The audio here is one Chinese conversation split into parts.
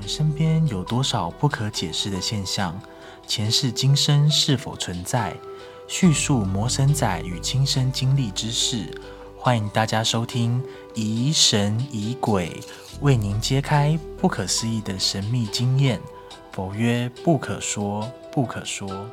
身边有多少不可解释的现象？前世今生是否存在？叙述魔神仔与亲身经历之事。欢迎大家收听疑神疑鬼，为您揭开不可思议的神秘经验。佛曰不可说，不可说。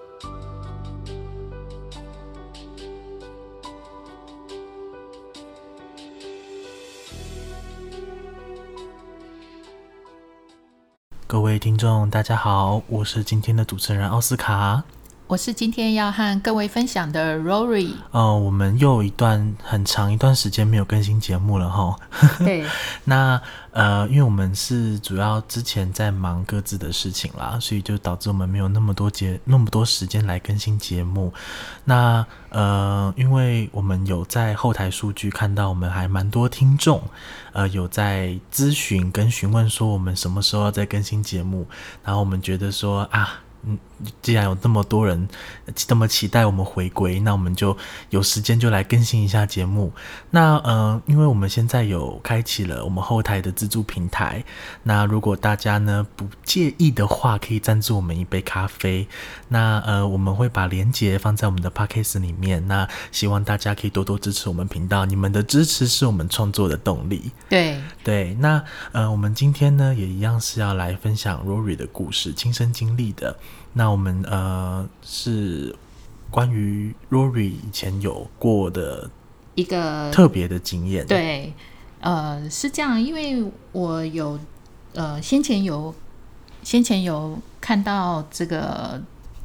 各位听众大家好，我是今天的主持人奥斯卡， 我是今天要和各位分享的 Rory。 我们又很长一段时间没有更新节目了齁。 对， 那因为我们是主要之前在忙各自的事情啦，所以就导致我们没有那么多时间来更新节目。那因为我们有在后台数据看到我们还蛮多听众有在咨询跟询问说我们什么时候要再更新节目，然后我们觉得说既然有这么多人这么期待我们回归，那我们就有时间就来更新一下节目。那因为我们现在有开启了我们后台的自助平台，那如果大家呢不介意的话，可以赞助我们一杯咖啡。那我们会把连结放在我们的 podcast 里面，那希望大家可以多多支持我们频道，你们的支持是我们创作的动力。对，那我们今天呢也一样是要来分享 Rory 的故事，亲身经历的。那我们是关于 Rory 以前有过的一个特别的经验。 对，是这样，因为我有先前有看到这个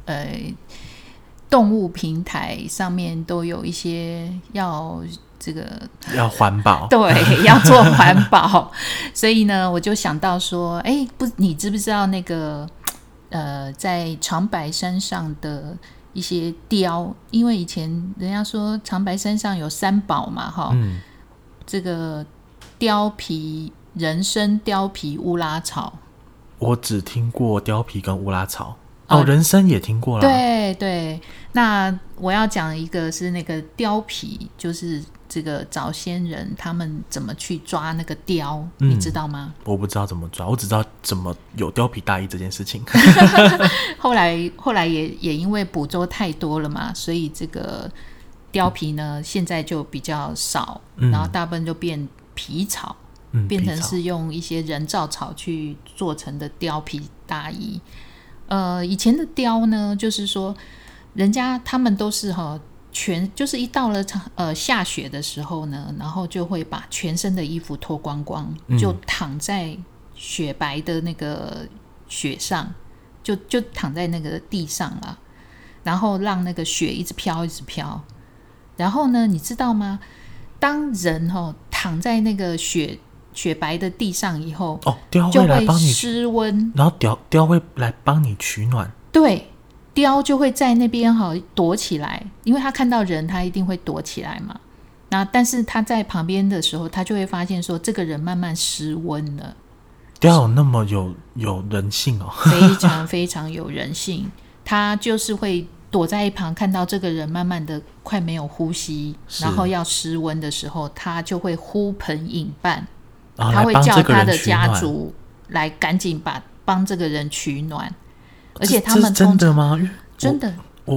动物平台上面都有一些要环保，对，要做环保，所以呢，我就想到说，你知不知道那个在长白山上的一些雕？因为以前人家说长白山上有三宝嘛，这个貂皮、人参、貂皮、乌拉草。 我只听过貂皮跟乌拉草。人参也听过了。 对，那我要讲一个是那个貂皮，就是这个早先人他们怎么去抓那个貂，你知道吗？ 我不知道怎么抓，我只知道怎么有貂皮大衣这件事情。 后来也因为捕捉太多了嘛，所以这个貂皮呢现在就比较少，然后大部分就变皮草，变成是用一些人造草去做成的貂皮大衣。以前的貂呢，就是说人家他们都是就是一到了下雪的时候呢，然后就会把全身的衣服脱光光，就躺在雪白的那个雪上，就躺在那个地上啦，然后让那个雪一直飘一直飘。然后呢，你知道吗？当人躺在那个雪白的地上以后，貂会来帮你湿温， 然后貂会来帮你取暖。 对，貂就会在那边躲起来，因为他看到人他一定会躲起来嘛。但是他在旁边的时候，他就会发现说这个人慢慢失温了。 貂有那么有人性哦， 非常非常有人性。他就是会躲在一旁，看到这个人慢慢的快没有呼吸，然后要失温的时候，他就会呼朋引伴，他会叫他的家族来赶紧帮这个人取暖。而且他们这是真的吗？ 真的，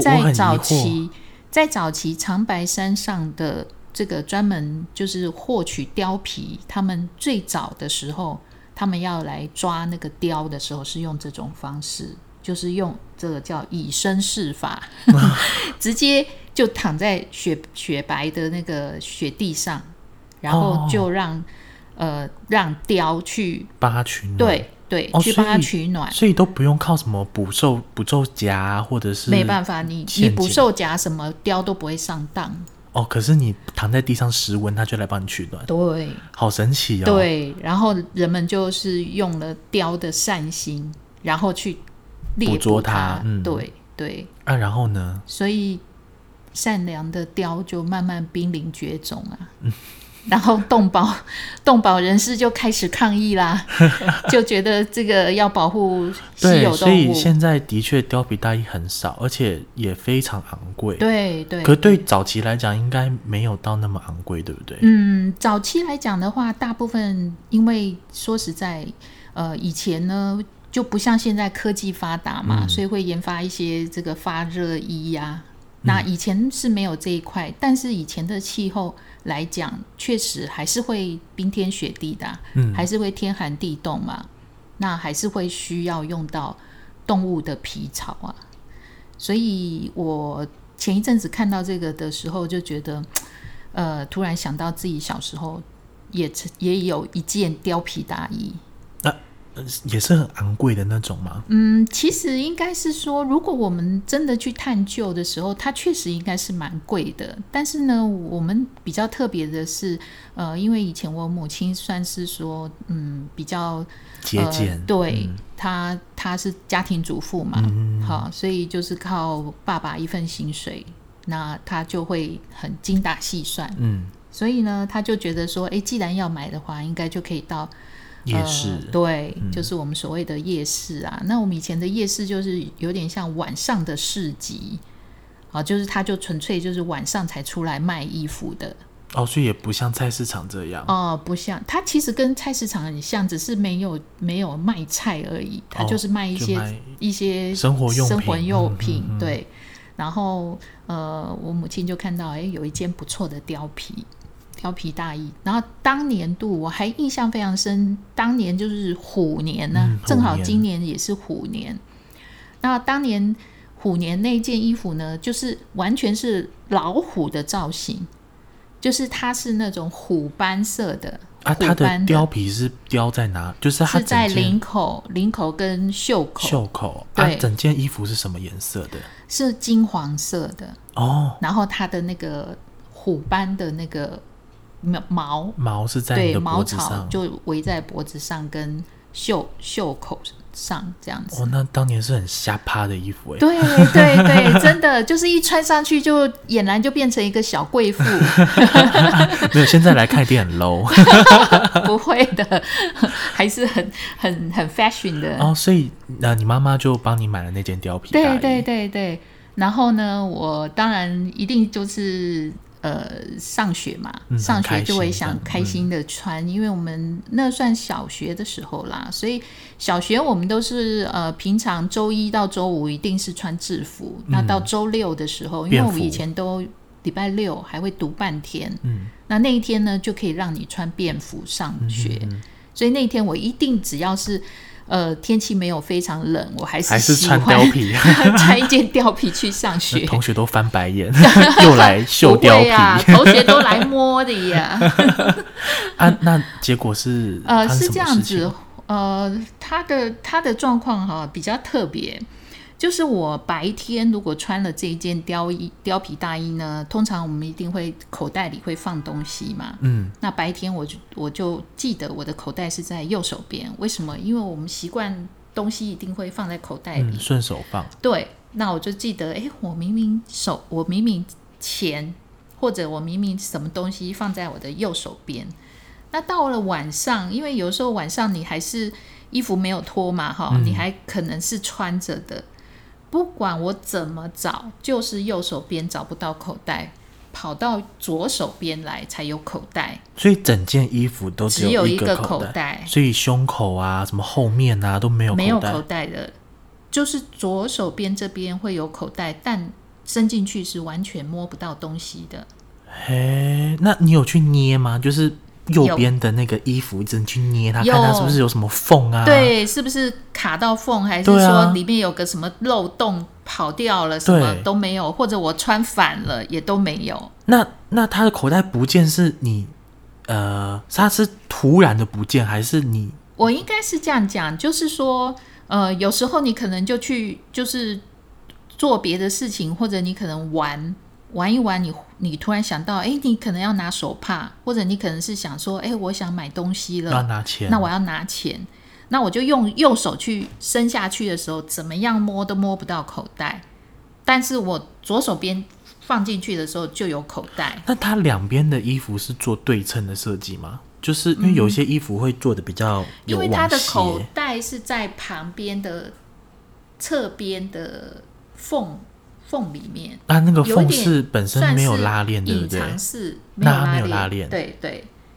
在早期长白山上的这个专门就是获取貂皮，他们最早的时候，他们要来抓那个貂的时候是用这种方式，就是用这个叫以身试法，直接就躺在雪白的那个雪地上，然后就让貂去帮他取暖。 对，去帮他取暖， 所以都不用靠什么捕兽夹，或者是没办法，你捕兽夹什么貂都不会上当。 可是你躺在地上失温，他就来帮你取暖。 对， 好神奇哦。 对，然后人们就是用了貂的善心，然后去猎捕它。对。 然后呢？ 所以善良的貂就慢慢濒临绝种啊。然后动保人士就开始抗议啦，就觉得这个要保护稀有动物。 对，所以现在的确貂皮大衣很少，而且也非常昂贵。 对， 可对早期来讲应该没有到那么昂贵，对不对？ 早期来讲的话，大部分因为说实在以前呢就不像现在科技发达嘛，所以会研发一些这个发热衣啊。那以前是没有这一块，但是以前的气候来讲，确实还是会冰天雪地的还是会天寒地冻嘛，那还是会需要用到动物的皮草啊。所以我前一阵子看到这个的时候，就觉得突然想到自己小时候也有一件貂皮大衣。 也是很昂贵的那种吗？ 其实应该是说，如果我们真的去探究的时候，它确实应该是蛮贵的。但是呢，我们比较特别的是，因为以前我母亲算是说，比较节俭， 对，她是家庭主妇嘛，好，所以就是靠爸爸一份薪水，那她就会很精打细算，所以呢，她就觉得说，既然要买的话，应该就可以到夜市， 对，就是我们所谓的夜市啊。那我们以前的夜市就是有点像晚上的市集，就是它就纯粹就是晚上才出来卖衣服的。 所以也不像菜市场这样。 不像，它其实跟菜市场很像，只是没有卖菜而已，它就是卖一些生活用品，对。然后我母亲就看到有一件不错的貂皮大衣，然后当年度我还印象非常深，当年就是虎年呢，正好今年也是虎年。那当年虎年那件衣服呢，就是完全是老虎的造型，就是它是那种虎斑色的。 它的貂皮是貂在哪？就是它是在领口跟袖口。 对，整件衣服是什么颜色的？ 是金黄色的然后它的那个虎斑的那个毛是在你的脖子上，对，毛草就围在脖子上跟袖口上这样子。 那当年是很瞎趴的衣服对对对，真的就是一穿上去就俨然就变成一个小贵妇。 没有，现在来看一定很 low。 不会的，还是很 fashion 的。 所以你妈妈就帮你买了那件貂皮大衣。 对对对对，然后呢，我当然一定就是上学嘛，上学就会想开心的穿，因为我们那算小学的时候啦，所以小学我们都是平常周一到周五一定是穿制服，那到周六的时候，因为我们以前都礼拜六还会读半天，那一天呢就可以让你穿便服上学，所以那一天我一定只要是天气没有非常冷，我还是喜欢穿貂皮穿一件貂皮去上学。 同学都翻白眼，又来秀貂皮。 同学都来摸的呀。 那结果是是这样子，他的状况比较特别。就是我白天如果穿了这一件貂皮大衣呢，通常我们一定会口袋里会放东西嘛。那白天我就记得我的口袋是在右手边。为什么？因为我们习惯东西一定会放在口袋里， 顺手放。 对，那我就记得，我明明钱或者我明明什么东西放在我的右手边。那到了晚上，因为有时候晚上你还是衣服没有脱嘛，你还可能是穿着的。不管我怎么找，就是右手边找不到口袋，跑到左手边来才有口袋。 所以整件衣服都只有一个口袋，所以胸口啊、什么后面啊都没有口袋， 没有口袋的，就是左手边这边会有口袋，但伸进去是完全摸不到东西的。 那你有去捏吗？就是右边的那个衣服一直去捏它，看它是不是有什么缝啊？ 对，是不是卡到缝，还是说里面有个什么漏洞跑掉了，什么都没有，或者我穿反了也都没有。 那它的口袋不见是你它是突然的不见，还是你？ 我应该是这样讲，就是说有时候你可能就去就是做别的事情，或者你可能玩一玩，你突然想到，你可能要拿手帕，或者你可能是想说，我想买东西了， 要拿钱， 那我要拿钱，那我就用右手去伸下去的时候，怎么样摸都摸不到口袋，但是我左手边放进去的时候就有口袋。 那它两边的衣服是做对称的设计吗？就是因为有些衣服会做的比较有往斜， 因为它的口袋是在旁边的侧边的缝里面， 那个缝是本身没有拉链，对不对？ 隐藏式， 那它没有拉链， 对对，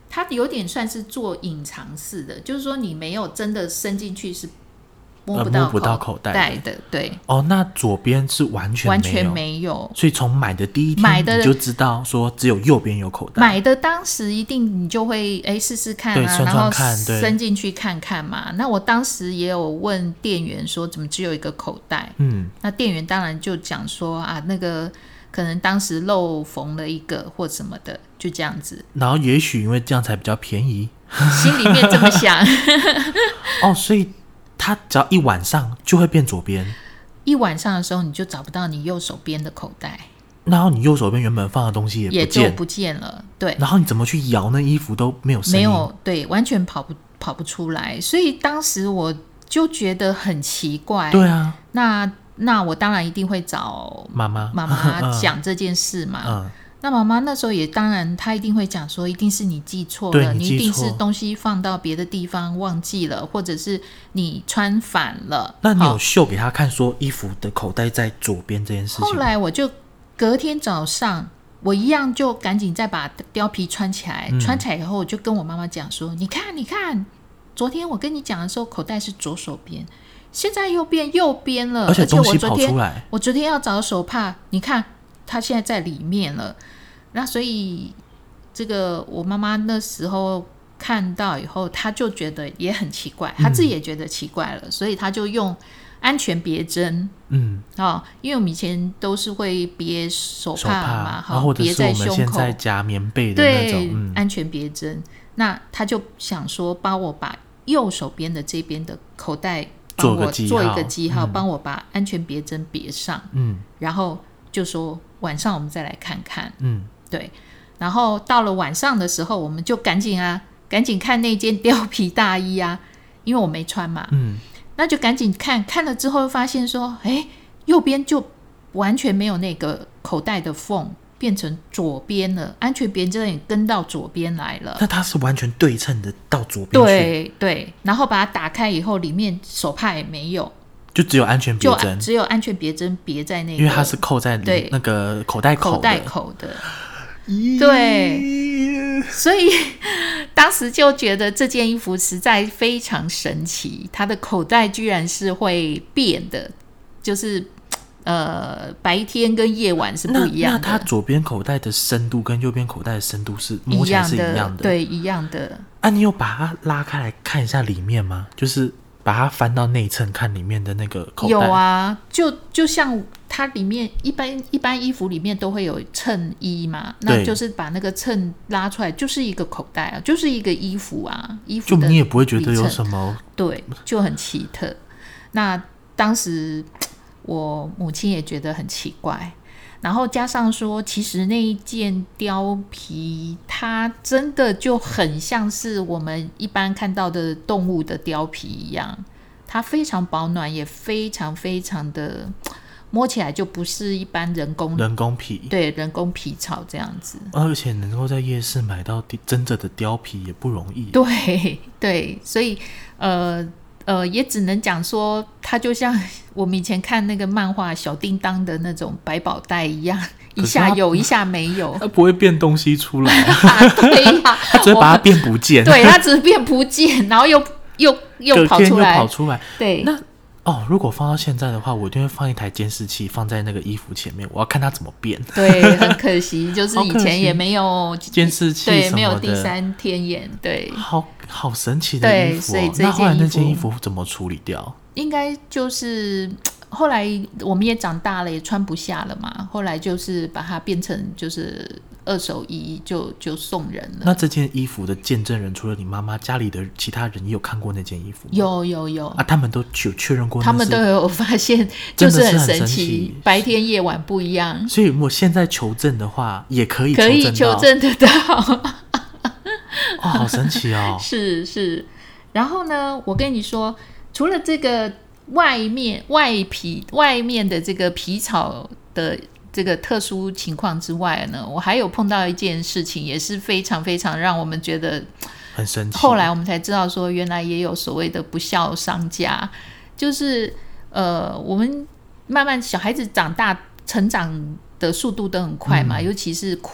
它有点算是做隐藏式的，就是说你没有真的伸进去是摸不到口袋的，对。 那左边是完全没有， 所以从买的第一天你就知道说只有右边有口袋。 买的当时一定你就会试试看啊， 算算看， 然后伸进去看看嘛。那我当时也有问店员说怎么只有一个口袋，那店员当然就讲说啊，那个可能当时漏缝了一个或什么的，就这样子。 然后也许因为这样才比较便宜， 心里面这么想。 所以它只要一晚上就会变左边。 一晚上的时候你就找不到你右手边的口袋， 然后你右手边原本放的东西也就不见了，对。 然后你怎么去摇那衣服都没有声音， 没有，对，完全跑不出来。所以当时我就觉得很奇怪。 对啊， 那我当然一定会找妈妈讲这件事嘛。那妈妈那时候也当然她一定会讲说一定是你记错了，你一定是东西放到别的地方忘记了，或者是你穿反了。 那你有秀给她看说衣服的口袋在左边这件事情？ 后来我就隔天早上我一样就赶紧再把貂皮穿起来，穿起来以后我就跟我妈妈讲说，你看昨天我跟你讲的时候口袋是左手边，现在又变右边了， 而且东西跑出来。 我昨天要找手帕，你看它现在在里面了。那所以这个我妈妈那时候看到以后，她就觉得也很奇怪，她自己也觉得奇怪了，所以她就用安全别针，因为我们以前都是会别手帕嘛， 或者是我们现在夹棉被的那种， 安全别针。那她就想说帮我把右手边的这边的口袋帮我做一个记号，帮我把安全别针别上，然后就说晚上我们再来看看，对。然后到了晚上的时候，我们就赶紧看那件貂皮大衣啊，因为我没穿嘛，那就赶紧看了之后发现说，右边就完全没有那个口袋的缝，变成左边了，安全别针也跟到左边来了。 那它是完全对称的到左边去？ 对，然后把它打开以后，里面手帕也没有， 就只有安全别针， 只有安全别针别在那个， 因为它是扣在那个口袋口的。对，所以当时就觉得这件衣服实在非常神奇，它的口袋居然是会变的，就是白天跟夜晚是不一样的。 那它左边口袋的深度跟右边口袋的深度是摸起来是一样的？ 对，一样的。 你有把它拉开来看一下里面吗？就是把它翻到内衬看里面的那个口袋。 有啊，就像它里面一般衣服里面都会有衬衣嘛，那就是把那个衬拉出来，就是一个口袋啊，就是一个衣服啊，衣服的就你也不会觉得有什么， 对，就很奇特。那当时我母亲也觉得很奇怪，然后加上说其实那一件貂皮它真的就很像是我们一般看到的动物的貂皮一样，它非常保暖，也非常非常的摸起来就不是一般人工皮， 对，人工皮草这样子。 而且能够在夜市买到真正的貂皮也不容易。 对，所以也只能讲说它就像我们以前看那个漫画小叮当的那种百宝袋一样，一下有一下没有， 它不会变东西出来对呀， 它只会把它变不见。 对，它只是变不见，然后又跑出来。对， 那如果放到现在的话，我一定会放一台监视器放在那个衣服前面，我要看它怎么变。 对，很可惜，就是以前也没有监视器， 对，没有第三天眼，对， 好神奇的衣服。 对，所以那后来那件衣服怎么处理掉？ 应该就是后来我们也长大了，也穿不下了嘛，后来就是把它变成就是二手衣，就送人了。 那这件衣服的见证人除了你妈妈，家里的其他人也有看过那件衣服吗？ 有啊，他们都有确认过， 他们都有发现，就是很神奇，白天夜晚不一样。 所以我现在求证的话也可以求证得到好神奇哦。 是。然后呢，我跟你说，除了这个外面的这个皮草的这个特殊情况之外呢，我还有碰到一件事情，也是非常非常让我们觉得很神奇。 后来我们才知道说，原来也有所谓的不孝商家，就是我们慢慢小孩子长大成长的速度都很快嘛，尤其是裤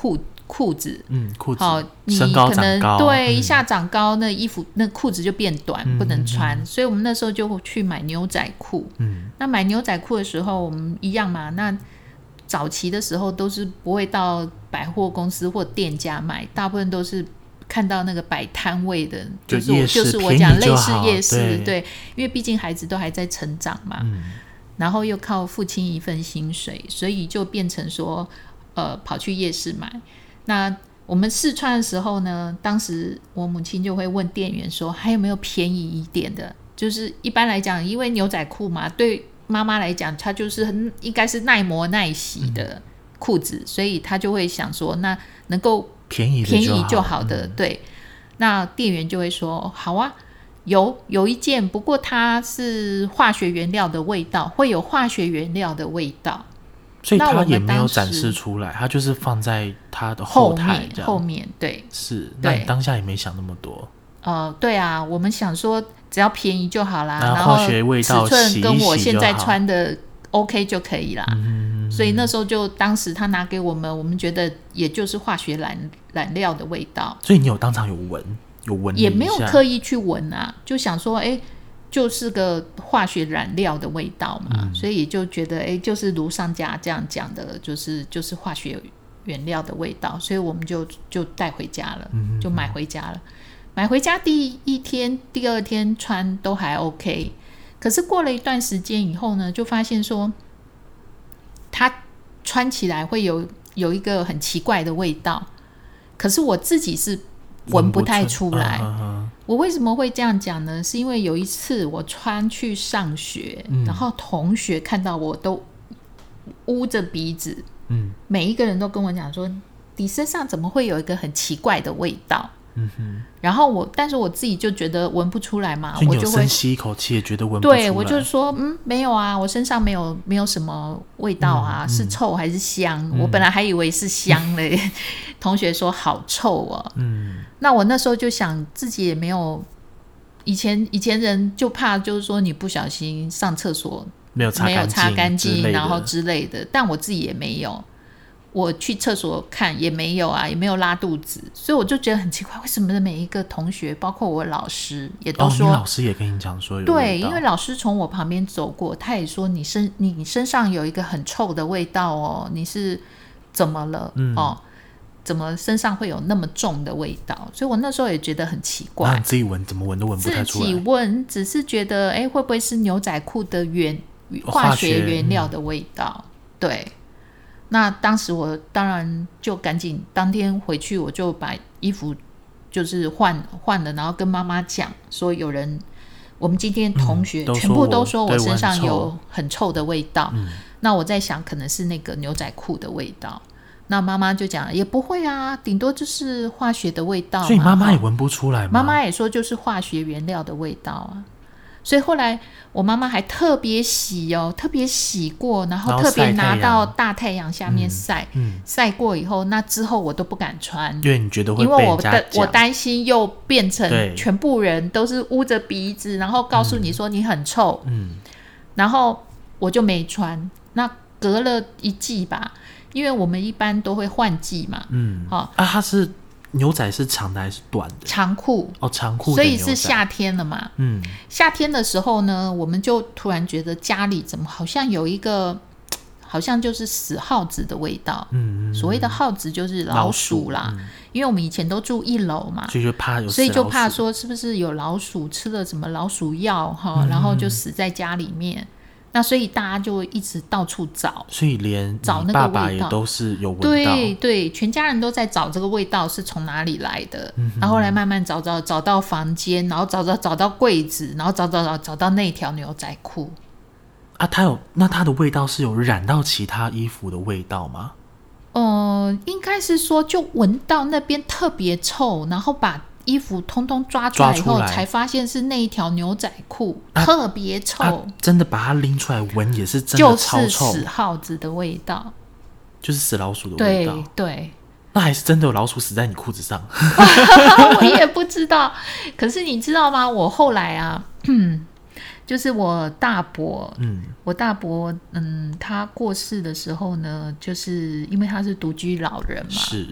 裤子， 裤子， 你身高可能长高， 对，一下长高，那衣服那裤子就变短，不能穿，所以我们那时候就去买牛仔裤。那买牛仔裤的时候，我们一样嘛，那早期的时候都是不会到百货公司或店家买，大部分都是看到那个摆摊位的，就是我讲类似夜市，对，因为毕竟孩子都还在成长嘛，然后又靠父亲一份薪水，所以就变成说跑去夜市买。那我们试穿的时候呢，当时我母亲就会问店员说还有没有便宜一点的，就是一般来讲因为牛仔裤嘛，对妈妈来讲它就是应该是耐磨耐洗的裤子，所以她就会想说那能够便宜就好的，对。那店员就会说好啊，有一件，不过它是化学原料的味道，会有化学原料的味道， 所以他也没有展示出来，他就是放在他的后台后面，对， 是。那你当下也没想那么多？ 对啊，我们想说只要便宜就好啦， 然后化学味道尺寸跟我现在穿的 OK 就可以啦。所以那时候就当时他拿给我们觉得也就是化学染料的味道。 所以你有当场有闻也没有特意去闻啊，就想说就是个化学染料的味道嘛，所以就觉得就是如商家这样讲的，就是化学原料的味道，所以我们就带回家了，就买回家了。买回家第一天第二天穿都还 OK， 可是过了一段时间以后呢，就发现说它穿起来会有一个很奇怪的味道，可是我自己是闻不太出来。我为什么会这样讲呢？是因为有一次我穿去上学，然后同学看到我都捂着鼻子，每一个人都跟我讲说你身上怎么会有一个很奇怪的味道。然后但是我自己就觉得闻不出来嘛， 所以你有深吸一口气也觉得闻不出来。 对，我就说没有啊，我身上没有什么味道啊，是臭还是香？我本来还以为是香嘞同学说好臭哦。那我那时候就想自己也没有，以前人就怕就是说你不小心上厕所没有擦干净然后之类的，但我自己也没有，我去厕所看也没有啊，也没有拉肚子，所以我就觉得很奇怪，为什么每一个同学包括我老师也都说， 你老师也跟你讲说有味道。 对，因为老师从我旁边走过，他也说你身上有一个很臭的味道哦，你是怎么了？怎么身上会有那么重的味道？所以我那时候也觉得很奇怪。 那你自己闻怎么闻都闻不太出来。 自己闻只是觉得会不会是牛仔裤的化学原料的味道？对。那当时我当然就赶紧当天回去，我就把衣服就是换了，然后跟妈妈讲说我们今天同学全部都说我身上有很臭的味道。那我在想可能是那个牛仔裤的味道。那妈妈就讲也不会啊，顶多就是化学的味道嘛。 所以妈妈也闻不出来吗？ 妈妈也说就是化学原料的味道啊。所以后来我妈妈还特别洗过，然后特别拿到大太阳下面晒过以后，那之后我都不敢穿， 因为你觉得会被人家讲， 因为我担心又变成全部人都是捂着鼻子，然后告诉你说你很臭，然后我就没穿。那隔了一季吧，因为我们一般都会换季嘛， 它是牛仔是长的还是短的？ 长裤长裤， 所以是夏天了嘛。夏天的时候呢，我们就突然觉得家里怎么好像有一个，好像就是死耗子的味道。所谓的耗子就是老鼠啦，因为我们以前都住1楼嘛， 所以就怕有死老鼠， 所以就怕说是不是有老鼠吃了什么老鼠药然后就死在家里面。那所以大家就一直到处找， 所以连找那个味道， 爸爸也都是有闻到。 对，全家人都在找这个味道是从哪里来的。然后后来慢慢找到房间，然后找到柜子，然后找到那条牛仔裤。 它的味道是有染到其他衣服的味道吗？ 应该是说就闻到那边特别臭，然后把衣服通通抓出来以后，才发现是那一条牛仔裤特别臭。 真的把它拎出来闻也是真的超臭， 就是死耗子的味道， 就是死老鼠的味道。 对， 那还是真的有老鼠死在你裤子上我也不知道。可是你知道吗？我后来啊就是我大伯他过世的时候呢，就是因为他是独居老人嘛，是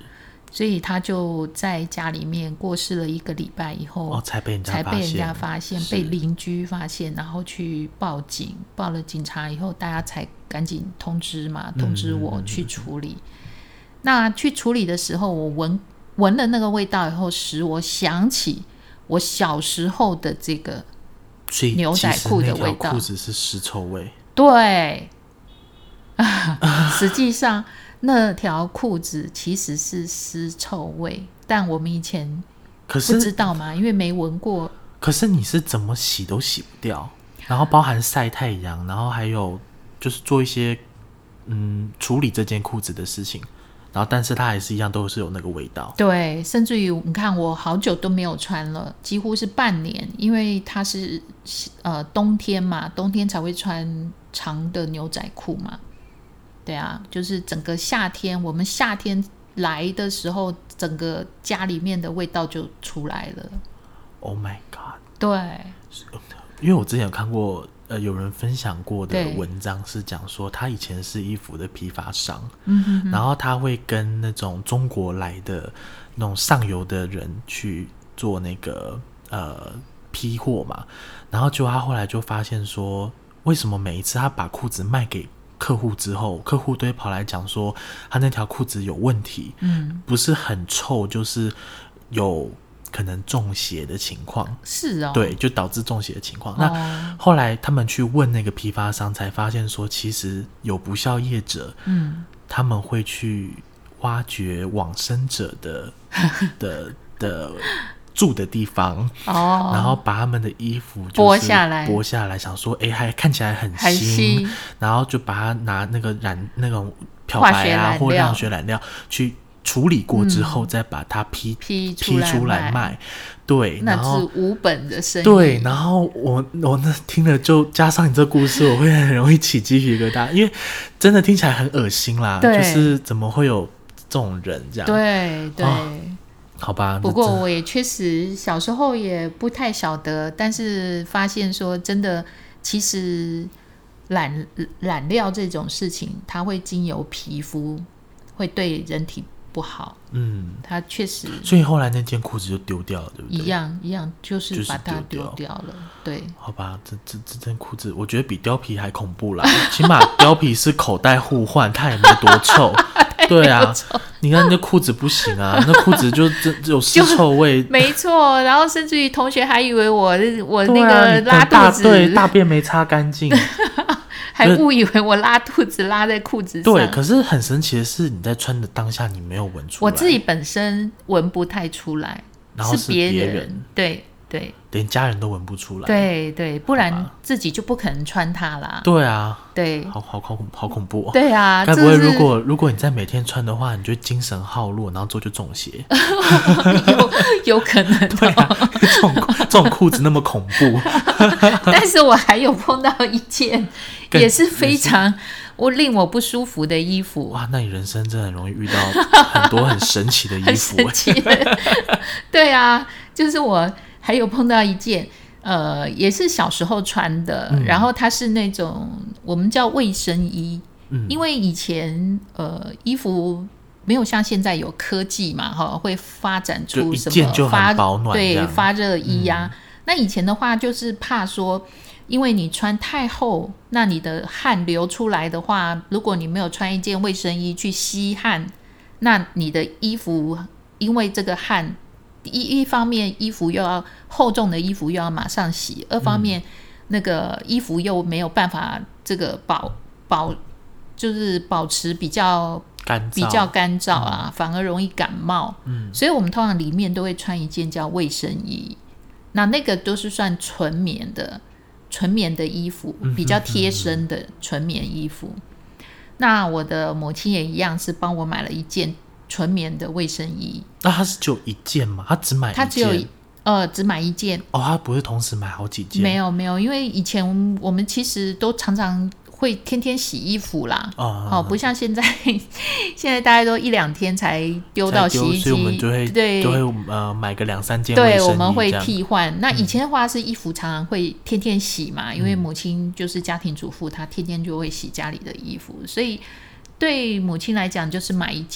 所以他就在家里面过世了1个礼拜以后， 才被人家发现， 被邻居发现，然后去报警，报了警察以后，大家才赶紧通知我去处理。那去处理的时候，我闻了那个味道以后，使我想起我小时候的这个牛仔裤的味道。所以其实那条裤子是尸臭味。 对，实际上那条裤子其实是尸臭味，但我们以前不知道嘛，因为没闻过。 可是你是怎么洗都洗不掉，然后包含晒太阳，然后还有就是做一些处理这件裤子的事情，然后但是它还是一样都是有那个味道。 对，甚至于你看我好久都没有穿了，几乎是半年，因为它是冬天嘛，冬天才会穿长的牛仔裤嘛。对啊，就是整个夏天，我们夏天来的时候，整个家里面的味道就出来了。 Oh my god！ 对， 因为我之前有看过有人分享过的文章，是讲说他以前是衣服的批发商，然后他会跟那种中国来的那种上游的人去做那个批货嘛，然后就他后来就发现说，为什么每一次他把裤子卖给客户之后，客户都会跑来讲说他那条裤子有问题，不是很臭，就是有可能中邪的情况。 是哦， 对，就导致中邪的情况。那后来他们去问那个批发商，才发现说其实有不肖业者，他们会去挖掘往生者的住的地方，然后把他们的衣服剥下来，想说还看起来很新，然后就把它拿那个那种漂白啊或亮学染料去处理过之后，再把它批出来卖。对， 那是无本的生意。 对，然后我那听了，就加上你这故事，我会很容易起鸡皮疙瘩，因为真的听起来很恶心啦。就是怎么会有这种人这样？ 对。 好吧， 不过我也确实小时候也不太晓得，但是发现说真的，其实染料这种事情，它会经由皮肤，会对人体不好。它确实。 所以后来那件裤子就丢掉了，对不对？ 一样，就是把它丢掉了。对， 好吧，这件裤子，我觉得比貂皮还恐怖啦。起码貂皮是口袋互换，它也没多臭。对啊，你看那裤子不行啊，那裤子就有尸臭味。 没错，然后甚至于同学还以为我那个拉肚子， 对，大便没擦干净。 还误以为我拉肚子拉在裤子上。 对，可是很神奇的是，你在穿的当下你没有闻出来。 我自己本身闻不太出来， 然后是别人。 对， 连家人都闻不出来。 对，不然自己就不可能穿它啦。 对啊， 对， 好恐怖哦。 对啊， 该不会如果你在每天穿的话，你就精神耗弱，然后之后就中邪？ 有可能。 对啊，这种裤子那么恐怖。 但是我还有碰到一件也是非常令我不舒服的衣服。 哇，那你人生真的很容易遇到很多很神奇的衣服。 很神奇的。对啊，就是我还有碰到一件也是小时候穿的，然后它是那种我们叫卫生衣。因为以前衣服没有像现在有科技嘛，会发展出什么就一件就很保暖， 对，发热衣啊。那以前的话就是怕说，因为你穿太厚，那你的汗流出来的话，如果你没有穿一件卫生衣去吸汗，那你的衣服因为这个汗，一方面衣服又要厚重的衣服又要马上洗，二方面那个衣服又没有办法这个就是保持比较干燥啊，反而容易感冒。所以我们通常里面都会穿一件叫卫生衣。那个都是算纯棉的衣服，比较贴身的纯棉衣服。那我的母亲也一样，是帮我买了一件纯棉的卫生衣。 那他是只有一件吗？他只买一件？ 他只买一件。他不是同时买好几件？ 没有，因为以前我们其实都常常会天天洗衣服啦。不像现在大家都1-2天才丢到洗衣机， 所以我们就会买个2-3件卫生衣。 对，我们会替换。那以前的话是衣服常常会天天洗嘛，因为母亲就是家庭主妇，她天天就会洗家里的衣服，所以对母亲来讲就是买一件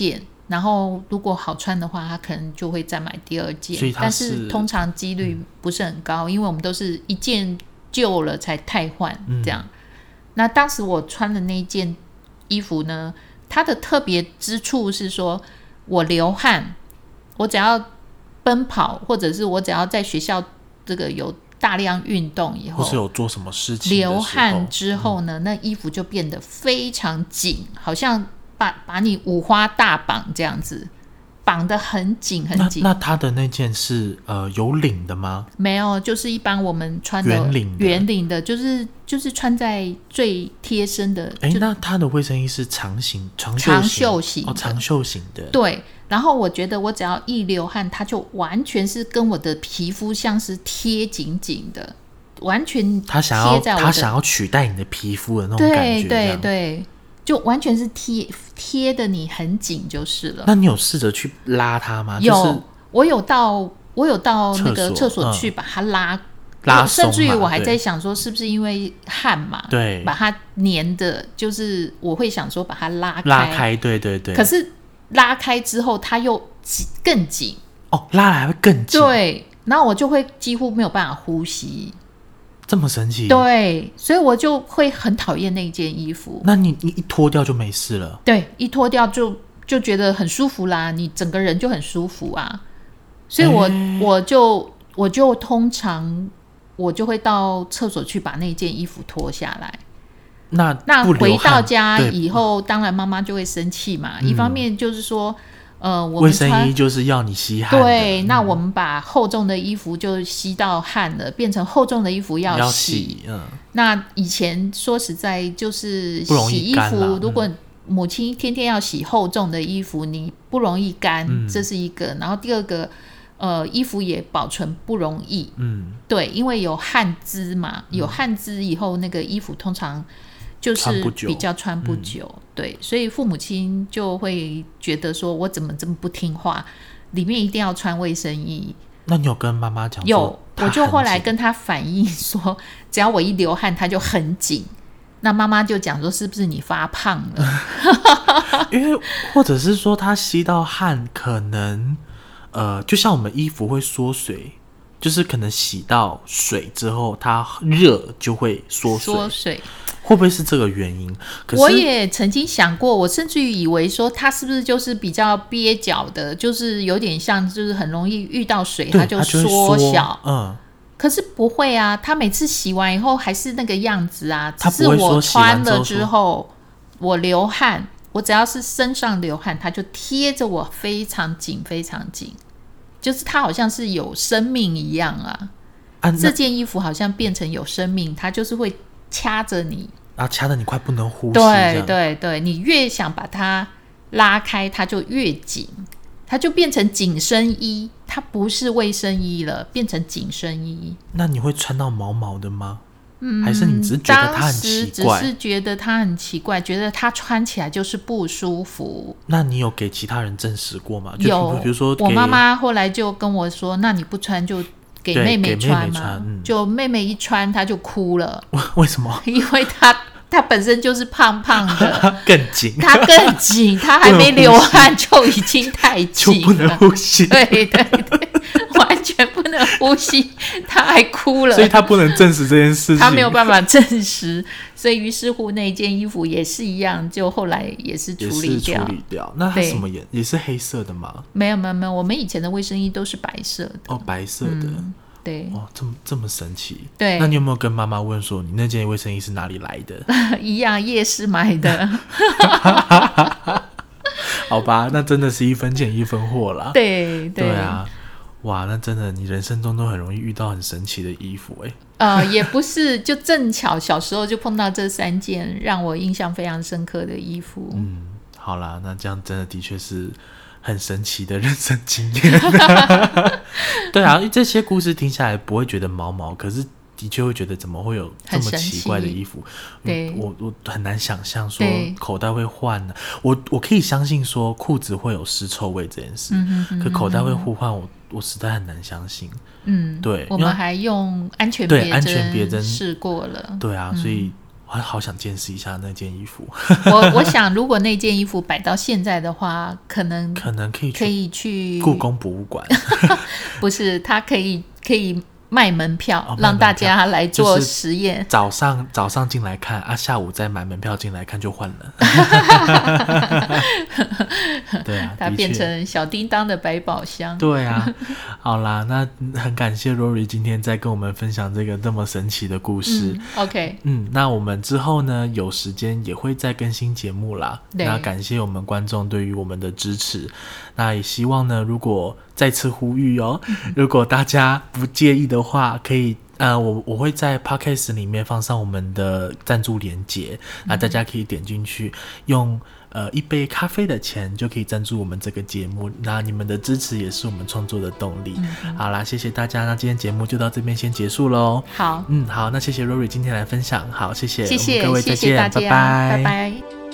然后如果好穿的话，他可能就会再买第二件， 所以但是通常几率不是很高，因为我们都是一件旧了才汰换这样。那当时我穿的那件衣服呢，它的特别之处是说，我流汗，我只要奔跑，或者是我只要在学校这个有大量运动以后， 或是有做什么事情的时候， 流汗之后呢，那衣服就变得非常紧，好像把你五花大绑这样子，绑得很紧很紧。 那他的那件是有领的吗？ 没有，就是一般我们穿的圆领的，就是穿在最贴身的。 那他的卫生衣是长袖型的，长袖型的。 对，然后我觉得我只要一流汗，它就完全是跟我的皮肤像是贴紧紧的，完全贴在我的。 他想要取代你的皮肤的那种感觉。 对对，就完全是贴的你很紧就是了。 那你有试着去拉它吗？ 有，我有到那个厕所去把它拉松，甚至于我还在想说是不是因为汗嘛， 对， 把它粘的，就是我会想说把它拉开，对对对。 可是拉开之后它又更紧拉来会更紧。 对，然后我就会几乎没有办法呼吸。 这么神奇？ 对，所以我就会很讨厌那件衣服。 那你一脱掉就没事了？ 对，一脱掉就觉得很舒服啦，你整个人就很舒服啊。所以我就通常我就会到厕所去把那件衣服脱下来。那回到家以后，当然妈妈就会生气嘛。一方面就是说我们卫生衣就是要你吸汗的。 对，那我们把厚重的衣服就吸到汗了，变成厚重的衣服要洗。那以前说实在就是洗衣服，如果母亲天天要洗厚重的衣服，你不容易干，这是一个。然后第二个衣服也保存不容易。对，因为有汗渍嘛，有汗渍以后那个衣服通常就是比较穿不久。对，所以父母亲就会觉得说我怎么这么不听话，里面一定要穿卫生衣。 那你有跟妈妈讲说？ 有，我就后来跟他反映说只要我一流汗它就很紧。那妈妈就讲说是不是你发胖了？ 因为或者是说他吸到汗可能就像我们衣服会缩水，就是可能洗到水之后它热就会缩水，会不会是这个原因？可是我也曾经想过，我甚至于以为说它是不是就是比较蹩脚的，就是有点像就是很容易遇到水它就缩小。可是不会啊，它每次洗完以后还是那个样子啊，只是我穿了之后我流汗，我只要是身上流汗它就贴着我非常紧非常紧，就是它好像是有生命一样啊。这件衣服好像变成有生命，它就是会掐着你， 掐得你快不能呼吸。 对对对，你越想把它拉开它就越紧，它就变成紧身衣，它不是卫生衣了，变成紧身衣。 那你会穿到毛毛的吗？还是你只是觉得它很奇怪？ 当时只是觉得它很奇怪，觉得它穿起来就是不舒服。 那你有给其他人证实过吗？ 有， 比如说我妈妈后来就跟我说，那你不穿就给妹妹穿嘛。就妹妹一穿她就哭了。 为什么？ 因为她本身就是胖胖的， 更紧， 她更紧，她还没流汗就已经太紧了， 就不能呼吸。 对对对，完全不能呼吸，她还哭了， 所以她不能证实这件事情， 她没有办法证实，所以于是乎那件衣服也是一样，就后来也是处理掉。 那它什么颜？也是黑色的吗？ 没有，我们以前的卫生衣都是白色的。 白色的。 对， 这么神奇。 对， 那你有没有跟妈妈问说你那件卫生衣是哪里来的？ 一样，夜市买的。 好吧，那真的是一分钱一分货啦。 对啊，哇，那真的你人生中都很容易遇到很神奇的衣服也不是，就正巧小时候就碰到这3件让我印象非常深刻的衣服。 好啦，那这样真的的确是很神奇的人生经验。对啊，这些故事听下来不会觉得毛毛，可是的确会觉得怎么会有这么奇怪的衣服。 对， 我很难想象说口袋会换我可以相信说裤子会有尸臭味这件事，可口袋会互换我实在很难相信。对， 我们还用安全别针试过了。 对啊，所以我好想见识一下那件衣服。 我想如果那件衣服摆到现在的话，可能可以去故宫博物馆。 不是，它可以卖门票，让大家来做实验。 早上进来看啊，下午再买门票进来看就换了。对啊， 它变成小叮当的百宝箱。 对啊，好啦，那很感谢 Rory 今天在跟我们分享这个那么神奇的故事。 OK， 那我们之后呢有时间也会再更新节目啦。那感谢我们观众对于我们的支持。那也希望呢，如果再次呼吁如果大家不介意的话，可以我会在 Podcast 里面放上我们的赞助连结，那大家可以点进去，用一杯咖啡的钱就可以赞助我们这个节目。那你们的支持也是我们创作的动力。好啦，谢谢大家，那今天节目就到这边先结束咯。 好， 好，那谢谢 Rory 今天来分享，好，谢谢谢谢各位再见， 谢谢大家，拜拜。